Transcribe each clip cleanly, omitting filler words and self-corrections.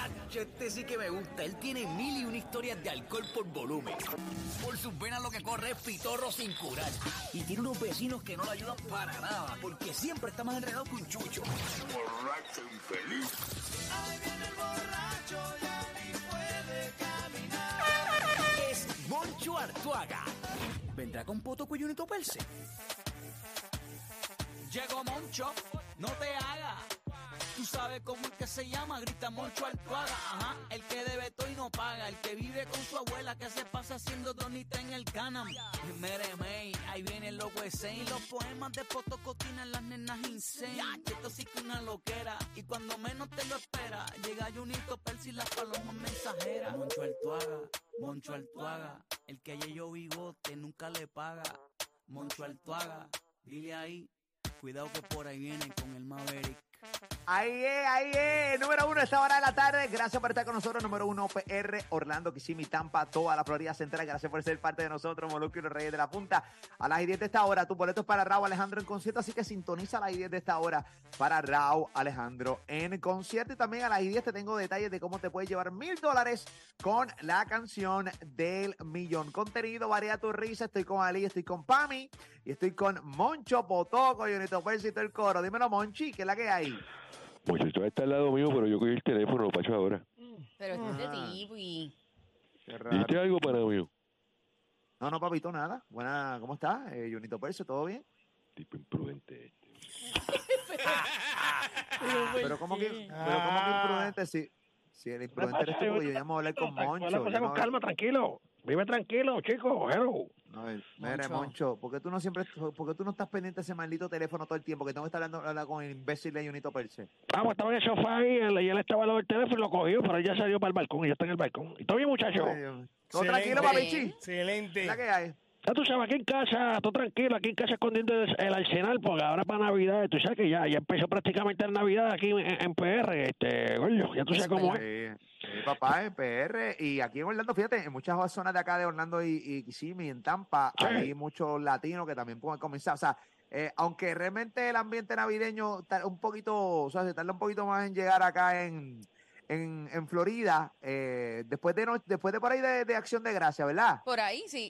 Este sí que me gusta. Él tiene 1001 historias de alcohol por volumen. Por sus venas lo que corre es pitorro sin curar. Y tiene unos vecinos que no lo ayudan para nada, porque siempre está más enredado que un chucho. Borracho infeliz. Ahí viene el borracho, ya ni puede caminar. Es Moncho Artuaga. ¿Vendrá con poto, cuello y toperse? Llegó Moncho, no te hagas. Tú sabes cómo es que se llama, grita Moncho Artuaga. Ajá, el que debe todo y no paga. El que vive con su abuela, que se pasa haciendo donita en el canam. Meremey, ahí viene el loco ese. Y los poemas de Potocotina, las nenas insane. Esto sí que una loquera. Y cuando menos te lo esperas, llega Junito Percy y las palomas mensajeras. Moncho Artuaga, el que haya yo bigote nunca le paga. Moncho Artuaga, dile ahí, cuidado que por ahí vienen con el Maverick. Ahí es, número 1 a esta hora de la tarde. Gracias por estar con nosotros. Número 1 PR, Orlando, Kissimmee, Tampa, toda la Florida Central. Gracias por ser parte de nosotros, Molusco y los Reyes de la Punta. A las 10 de esta hora, tu boleto es para Raúl Alejandro en concierto, así que sintoniza a las 10 de esta hora para Raúl Alejandro en concierto. Y también a las 10 te tengo detalles de cómo te puedes llevar $1,000 con la canción del millón. Contenido, varía tu risa. Estoy con Ali, estoy con Pami y estoy con Moncho, Potoco, Junito Percy y todo el coro. Dímelo, Monchi, ¿qué es la que hay? Muchacho está al lado mío, pero yo cogí el teléfono, Pacho, ahora. Pero este es de ti, pues. Qué raro. ¿Dijiste algo para mío? No, papito, nada. Buena, ¿cómo estás? Junito Percy, ¿todo bien? Tipo imprudente. Pero ¿cómo que imprudente? Si el imprudente eres tú, porque yo llamo a hablar con Moncho. Una cosa con calma, tranquilo. Vive tranquilo, chico. Hello. No, mire, Moncho, ¿por qué tú no estás pendiente de ese maldito teléfono todo el tiempo? Que tengo que estar hablando con el imbécil de Junito Percy. Vamos, estaba en el sofá y él estaba al lado del teléfono y lo cogió, pero él ya salió para el balcón y ya está en el balcón. ¿Y todo bien, muchacho? ¿Todo tranquilo, papichi? Excelente. ¿La que hay? Ya tú sabes, aquí en casa, todo tranquilo, aquí en casa escondiendo el arsenal, porque ahora para Navidad, tú sabes que ya empezó prácticamente la Navidad aquí en PR, coño, ya tú sabes cómo es. Sí, papá, en PR y aquí en Orlando, fíjate, en muchas zonas de acá de Orlando y Kissimmee, en Tampa, Sí. hay muchos latinos que también pueden comenzar, o sea, aunque realmente el ambiente navideño un poquito, o sea, se tarda un poquito más en llegar acá en Florida, después de por ahí de Acción de Gracia, ¿verdad? Por ahí, sí.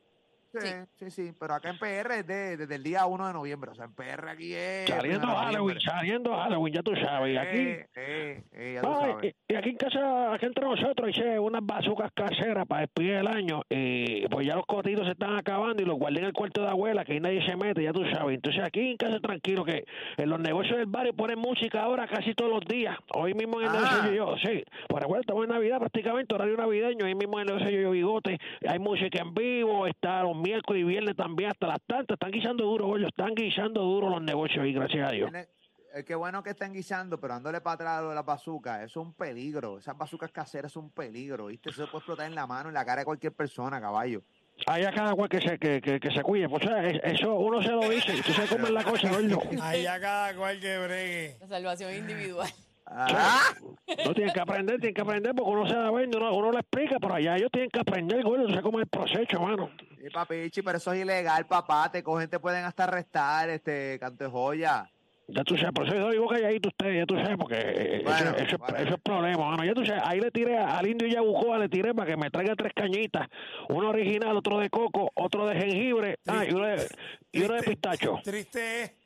Sí, pero acá en PR es desde el día 1 de noviembre, o sea, en PR aquí es... Saliendo Halloween, ya tú sabes, y aquí... ya tú sabes. Y aquí en casa, aquí entre nosotros, hice unas bazucas caseras para despedir el año, y pues ya los cotitos se están acabando y los guardé en el cuarto de abuela, que ahí nadie se mete, ya tú sabes. Entonces aquí en casa tranquilo, que en los negocios del barrio ponen música ahora casi todos los días. Hoy mismo en el negocio yo, sí, por ejemplo, estamos en Navidad prácticamente, horario navideño, ahí mismo en el negocio yo bigote, hay música en vivo, está los miércoles y viernes también hasta las tantas, están guisando duro, oye, están guisando duro los negocios y gracias a Dios. Qué bueno que estén guisando, pero dándole para atrás a lo de las bazucas, eso es un peligro. Esas bazucas caseras son un peligro, ¿viste? Eso se puede explotar en la mano, en la cara de cualquier persona, caballo. Allá cada cual que se cuide, pues eso uno se lo dice, tú sabes cómo es la cosa, gordo. Allá cada cual que bregue. La salvación individual. No tienen que aprender porque uno se da ver, uno lo explica, pero allá ellos tienen que aprender, gordo, tú sabes cómo es el proceso, mano. Sí, papichi, pero eso es ilegal, papá, te cogen, te pueden hasta arrestar, canto de joya. Ya tú sabes, por eso digo calladito usted, ya tú sabes, porque Bueno, eso es problema, mano. Ya tú sabes, ahí le tiré al indio Yabucoa, le tiré para que me traiga 3 cañitas, uno original, otro de coco, otro de jengibre, y uno de pistacho. Triste es.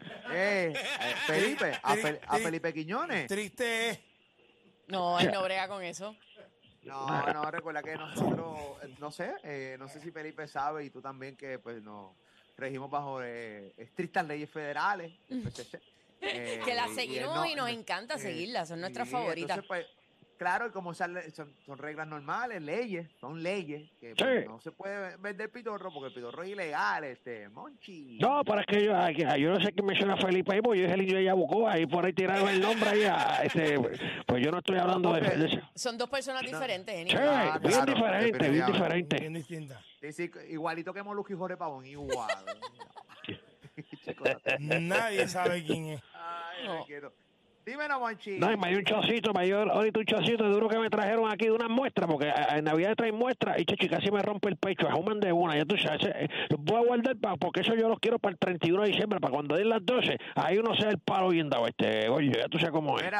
Felipe, a Felipe Quiñones. Triste es. No, él no brega con eso. No, recuerda que nosotros, no sé si Felipe sabe y tú también que pues nos regimos bajo estrictas leyes federales. Que las seguimos y nos encanta seguirlas, son nuestras favoritas. Entonces, pues, claro, y como son reglas normales, son leyes, que pues, no se puede vender pitorro porque el pitorro es ilegal, Monchi. No, pero es que yo no sé quién menciona a Felipe ahí, porque yo es el indio de Yabucoa, ahí por ahí tiraron el nombre ahí pues yo no estoy hablando de eso. Son dos personas diferentes, Sí, bien diferente. Bien distinta. Sí, igualito que Molusco y Jorge Pavón, igual. Nadie sabe quién es. Ay, me quiero. Dímelo, Monchi. No, me dio un chocito, ahorita un chocito duro que me trajeron aquí de unas muestras, porque en Navidad traen muestras y chichi, casi me rompe el pecho, ajuman de una, ya tú sabes, los voy a guardar porque eso yo los quiero para el 31 de diciembre, para cuando den las 12, ahí uno se da el palo bien dado, oye, ya tú sabes cómo es. Mira,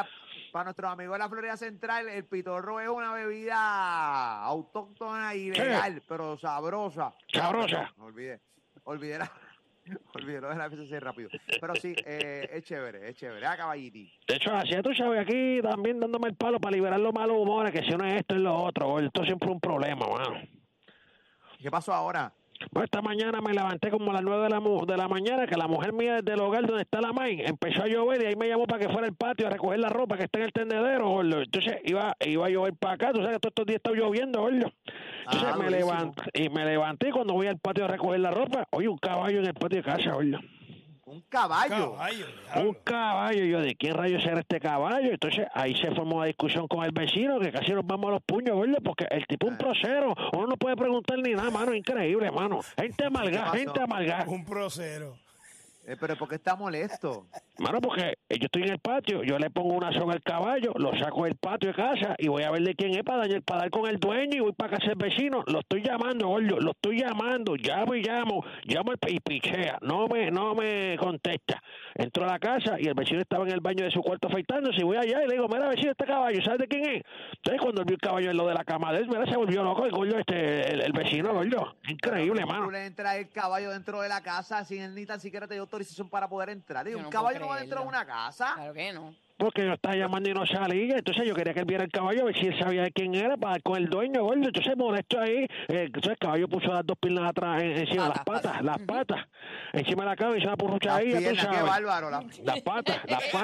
para nuestros amigos de la Florida Central, el pitorro es una bebida autóctona y legal, pero sabrosa. Sabrosa. Olvidé lo de la FCC rápido. Pero sí, es chévere, a caballiti. De hecho, así tú sabes, aquí también dándome el palo para liberar los malos humores, que si no es esto es lo otro. Esto siempre es un problema, mano. ¿Qué pasó ahora? Pues esta mañana me levanté como a las 9 de la mañana, que la mujer mía desde el hogar donde está la main empezó a llover y ahí me llamó para que fuera al patio a recoger la ropa que está en el tendedero, gordo. Entonces iba a llover para acá, tú sabes que todos estos días está lloviendo, gordo. Entonces me levanté y cuando voy al patio a recoger la ropa, oye, un caballo en el patio de casa, gordo. ¿Un caballo? Un caballo. Yo, ¿de quién rayos era este caballo? Entonces ahí se formó una discusión con el vecino, que casi nos vamos a los puños, gordo, porque el tipo es un procero. Uno no puede preguntar ni nada, mano. Increíble, mano. Gente amargada. Un procero. Pero ¿por qué está molesto? Mano, porque yo estoy en el patio, yo le pongo una soga al caballo, lo saco del patio de casa y voy a ver de quién es para dar con el dueño y voy para casa del vecino. Lo estoy llamando, gordo, llamo y pichea. No me contesta. Entro a la casa y el vecino estaba en el baño de su cuarto afeitándose y voy allá y le digo, mira, vecino, este caballo, ¿sabes de quién es? Entonces cuando vio el caballo en lo de la cama de él, mira, se volvió loco el gordo, el vecino, gordo. Increíble, mano. Tú le entras el caballo dentro de la casa sin él ni tan siquiera te dio autorización para poder entrar. Y Yo un no caballo puedo no va dentro de una casa. Claro que no. Porque yo estaba llamando y no salía, entonces yo quería que él viera el caballo, a ver si él sabía de quién era, para dar con el dueño, gordo. Entonces molesto ahí, entonces el caballo puso las dos piernas atrás, encima de las patas, encima de la cama y se la purrucha ahí, tú sabes. Qué bárbaro. Las patas.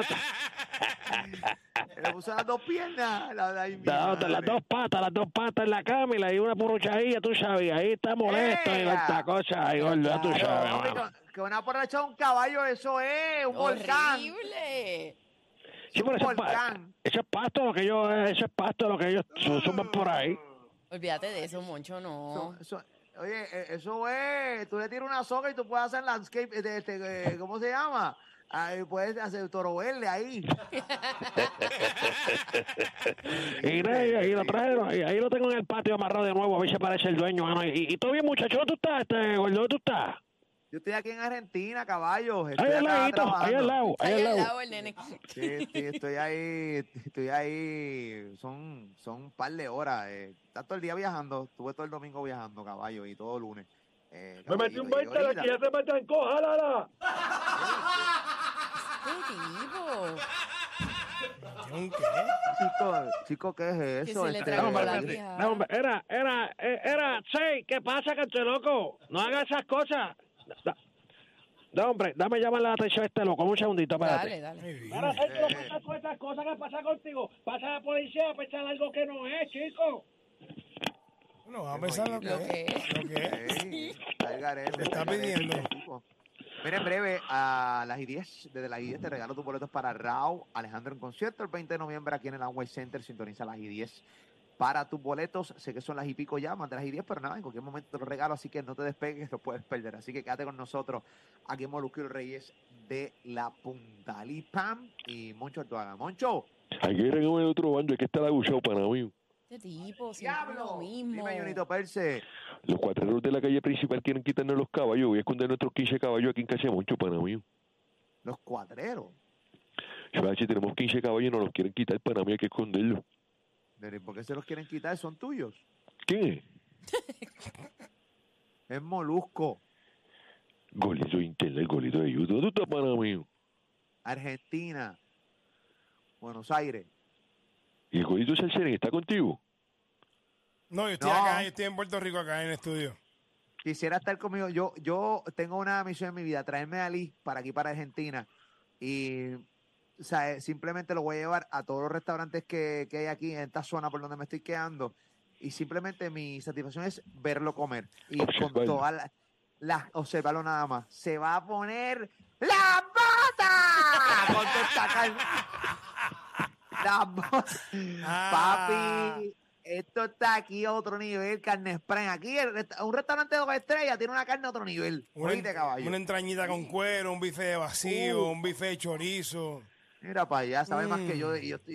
Le puso las dos piernas. Las dos patas en la cama y le di una purruchadilla, tú sabes, ahí está molesto y esta cosa, ahí, gordo, ya tú sabes, mano. Que una porracha de un caballo, eso es un volcán. Horrible. Sí, pero eso es pasto lo que ellos suben por ahí. Olvídate de eso, Moncho, no. Oye, eso es, tú le tiras una soga y tú puedes hacer landscape, ¿cómo se llama? Ahí puedes hacer toro verde ahí. Y ahí lo trajeron, y ahí lo tengo en el patio amarrado de nuevo, a ver si aparece el dueño, mano. Y todo bien, muchacho, ¿tú estás, gordo, tú estás? Yo estoy aquí en Argentina, caballos. Ahí al ladito, ahí al lado. El nene. Sí, estoy ahí. Son un par de horas. Está todo el día viajando. Estuve todo el domingo viajando, caballo, y todo el lunes. Me metí un 20 de aquí, ya se me trancó, jálala. ¿Un qué? Chico, ¿qué es eso? Que se le trancó la vieja. No, hombre, era, sí, ¿qué pasa, canto loco? No hagas esas cosas. No, hombre, dame llamar la atención a este loco, un segundito, espérate. Dale. Ahora, Sergio, pasa con estas cosas que pasa contigo. Pasa a la policía a pensar algo que no es, chico. No, va a pensar lo que es. Lo que es. Te está pidiendo. Mira, en breve, a las 10, desde las 10 te regalo tus boletos para Rauw Alejandro en concierto el 20 de noviembre aquí en el Amway Center. Sintoniza a las 10 para tus boletos. Sé que son las y pico ya, más de las 10, pero nada, en cualquier momento te los regalo, así que no te despegues, lo puedes perder. Así que quédate con nosotros aquí en Molusco y los Reyes de la Punta. Pam y Moncho Artuaga. Moncho. Hay que ir en el otro bando, hay que estar aguchado para mí. Este tipo, siempre lo mismo. Dime, Junito Perse. Los cuatreros de la calle principal quieren quitarnos los caballos. Voy a esconder nuestros 15 caballos aquí en Casa de Moncho, pana mío. Los cuatreros. Si tenemos 15 caballos, nos los quieren quitar, pana mío, hay que esconderlos. ¿Por qué se los quieren quitar? ¿Son tuyos? ¿Quién es? Es Molusco. Golito de internet, golito de YouTube. ¿Dónde tú estás, pana mío? Argentina. Buenos Aires. ¿Y el golito Salceren está contigo? No, yo estoy acá, yo estoy en Puerto Rico, acá en el estudio. Quisiera estar conmigo. Yo tengo una misión en mi vida, traerme a Ali para aquí, para Argentina. Y, o sea, simplemente lo voy a llevar a todos los restaurantes que hay aquí en esta zona por donde me estoy quedando. Y simplemente mi satisfacción es verlo comer. Y con todas observarlo nada más. Se va a poner la bota con toda esta carne. La bota. Papi. Esto está aquí a otro nivel, carne spray. Aquí un restaurante de 2 estrellas tiene una carne a otro nivel. Una entrañita con cuero, un bife de vacío, un bife de chorizo. Mira para allá, sabe más que yo.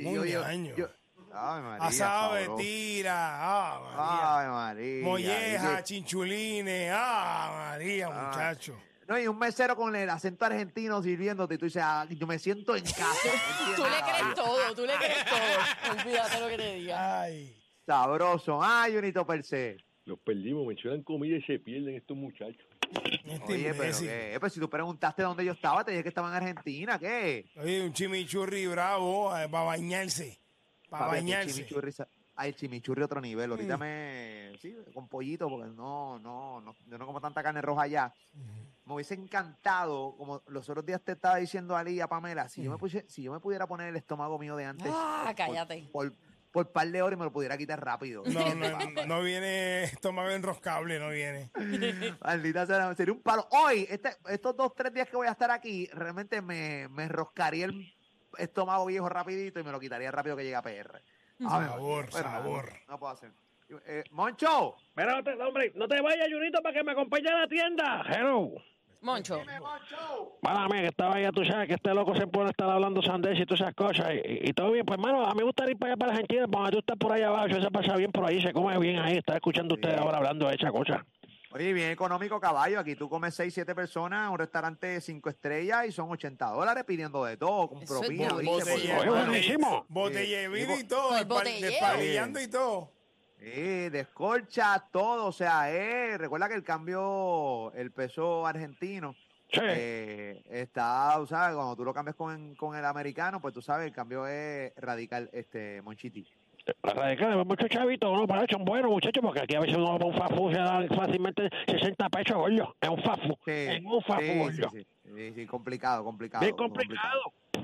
Ave María, asado de tira. Ave María. Molleja, chinchulines. María, muchacho. No, y un mesero con el acento argentino sirviéndote y tú dices, yo me siento en casa. Tú le crees todo, tú le crees todo. Olvídate lo que te diga. Ay. Sabroso. Ay, Junito per se. Los perdimos, mencionan comida y se pierden estos muchachos. Oye, pero ¿qué? Pues si tú preguntaste dónde yo estaba, te dije que estaba en Argentina, ¿qué? Oye, un chimichurri bravo para bañarse. Para Papi, bañarse. el chimichurri otro nivel. Ahorita sí, con pollito, porque yo no como tanta carne roja allá. Me hubiese encantado, como los otros días te estaba diciendo Ali y a Pamela, si yo me pudiera poner el estómago mío de antes. Cállate. Por par de horas y me lo pudiera quitar rápido. No viene estómago enroscable, no viene. Maldita sea, sería un palo. Hoy, estos 2-3 días que voy a estar aquí, realmente me enroscaría el estómago viejo rapidito y me lo quitaría rápido que llegue a PR. Sabor. No puedo hacer. Moncho. Mira, hombre, no te vayas, Junito, para que me acompañe a la tienda. Hello. Moncho. Dime, Moncho. Mala mía, que estaba allá, tú sabes que este loco se pone a estar hablando sandés y todas esas cosas. Y todo bien, pues, hermano, a mí me gustaría ir para allá, para Argentina, porque tú estás por allá abajo, eso se pasa bien por ahí, se come bien ahí. Estaba escuchando ustedes ahora hablando de esa cosa. Oye, bien económico, caballo. Aquí tú comes 6-7 personas en un restaurante de 5 estrellas y son $80 pidiendo de todo, con Eso es propina. buenísimo. Oye, buenísimo. Botella de vino y todo, Pues botellero. despalillando y todo. Descorcha todo, o sea, recuerda que el peso argentino Sí. está, ¿sabes? Cuando tú lo cambias con el americano, pues tú sabes, el cambio es radical, Monchiti. La radical, muchos chavitos, no, para son buenos, muchachos, porque aquí a veces uno va a un fafu, se da fácilmente 60 pesos, gordo. Es un fafu. En un fafu, gordo. Sí, complicado. Bien complicado.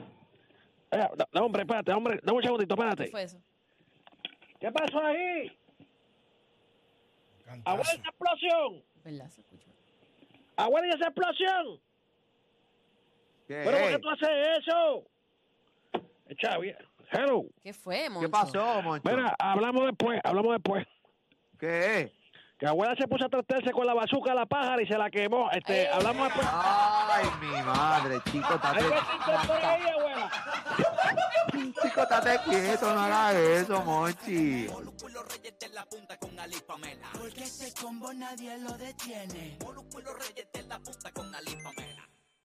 Hombre, espérate, dame un segundito, espérate. ¿Qué fue eso? ¿Qué pasó ahí? Cantazo. ¡Abuela esa explosión! ¿Verdad? Se escuchó. ¡Abuela esa explosión! ¿Qué? ¿Pero por qué tú haces eso? Chavi, hello. ¿Qué fue, Moncho? ¿Qué pasó, Moncho? Mira, hablamos después. ¿Qué? Que abuela se puso a tratarse con la bazuca a la pájara y se la quemó. Hablamos después. Ay, mi madre, chico, Hay que estar por ahí, abuela. Chico, estate quieto, no hagas eso, Monchi. Molusco y los Reyes de la Punta con Ali y Pamela. Porque ese combo nadie lo detiene. Molusco y los Reyes de la Punta con Ali y Pamela.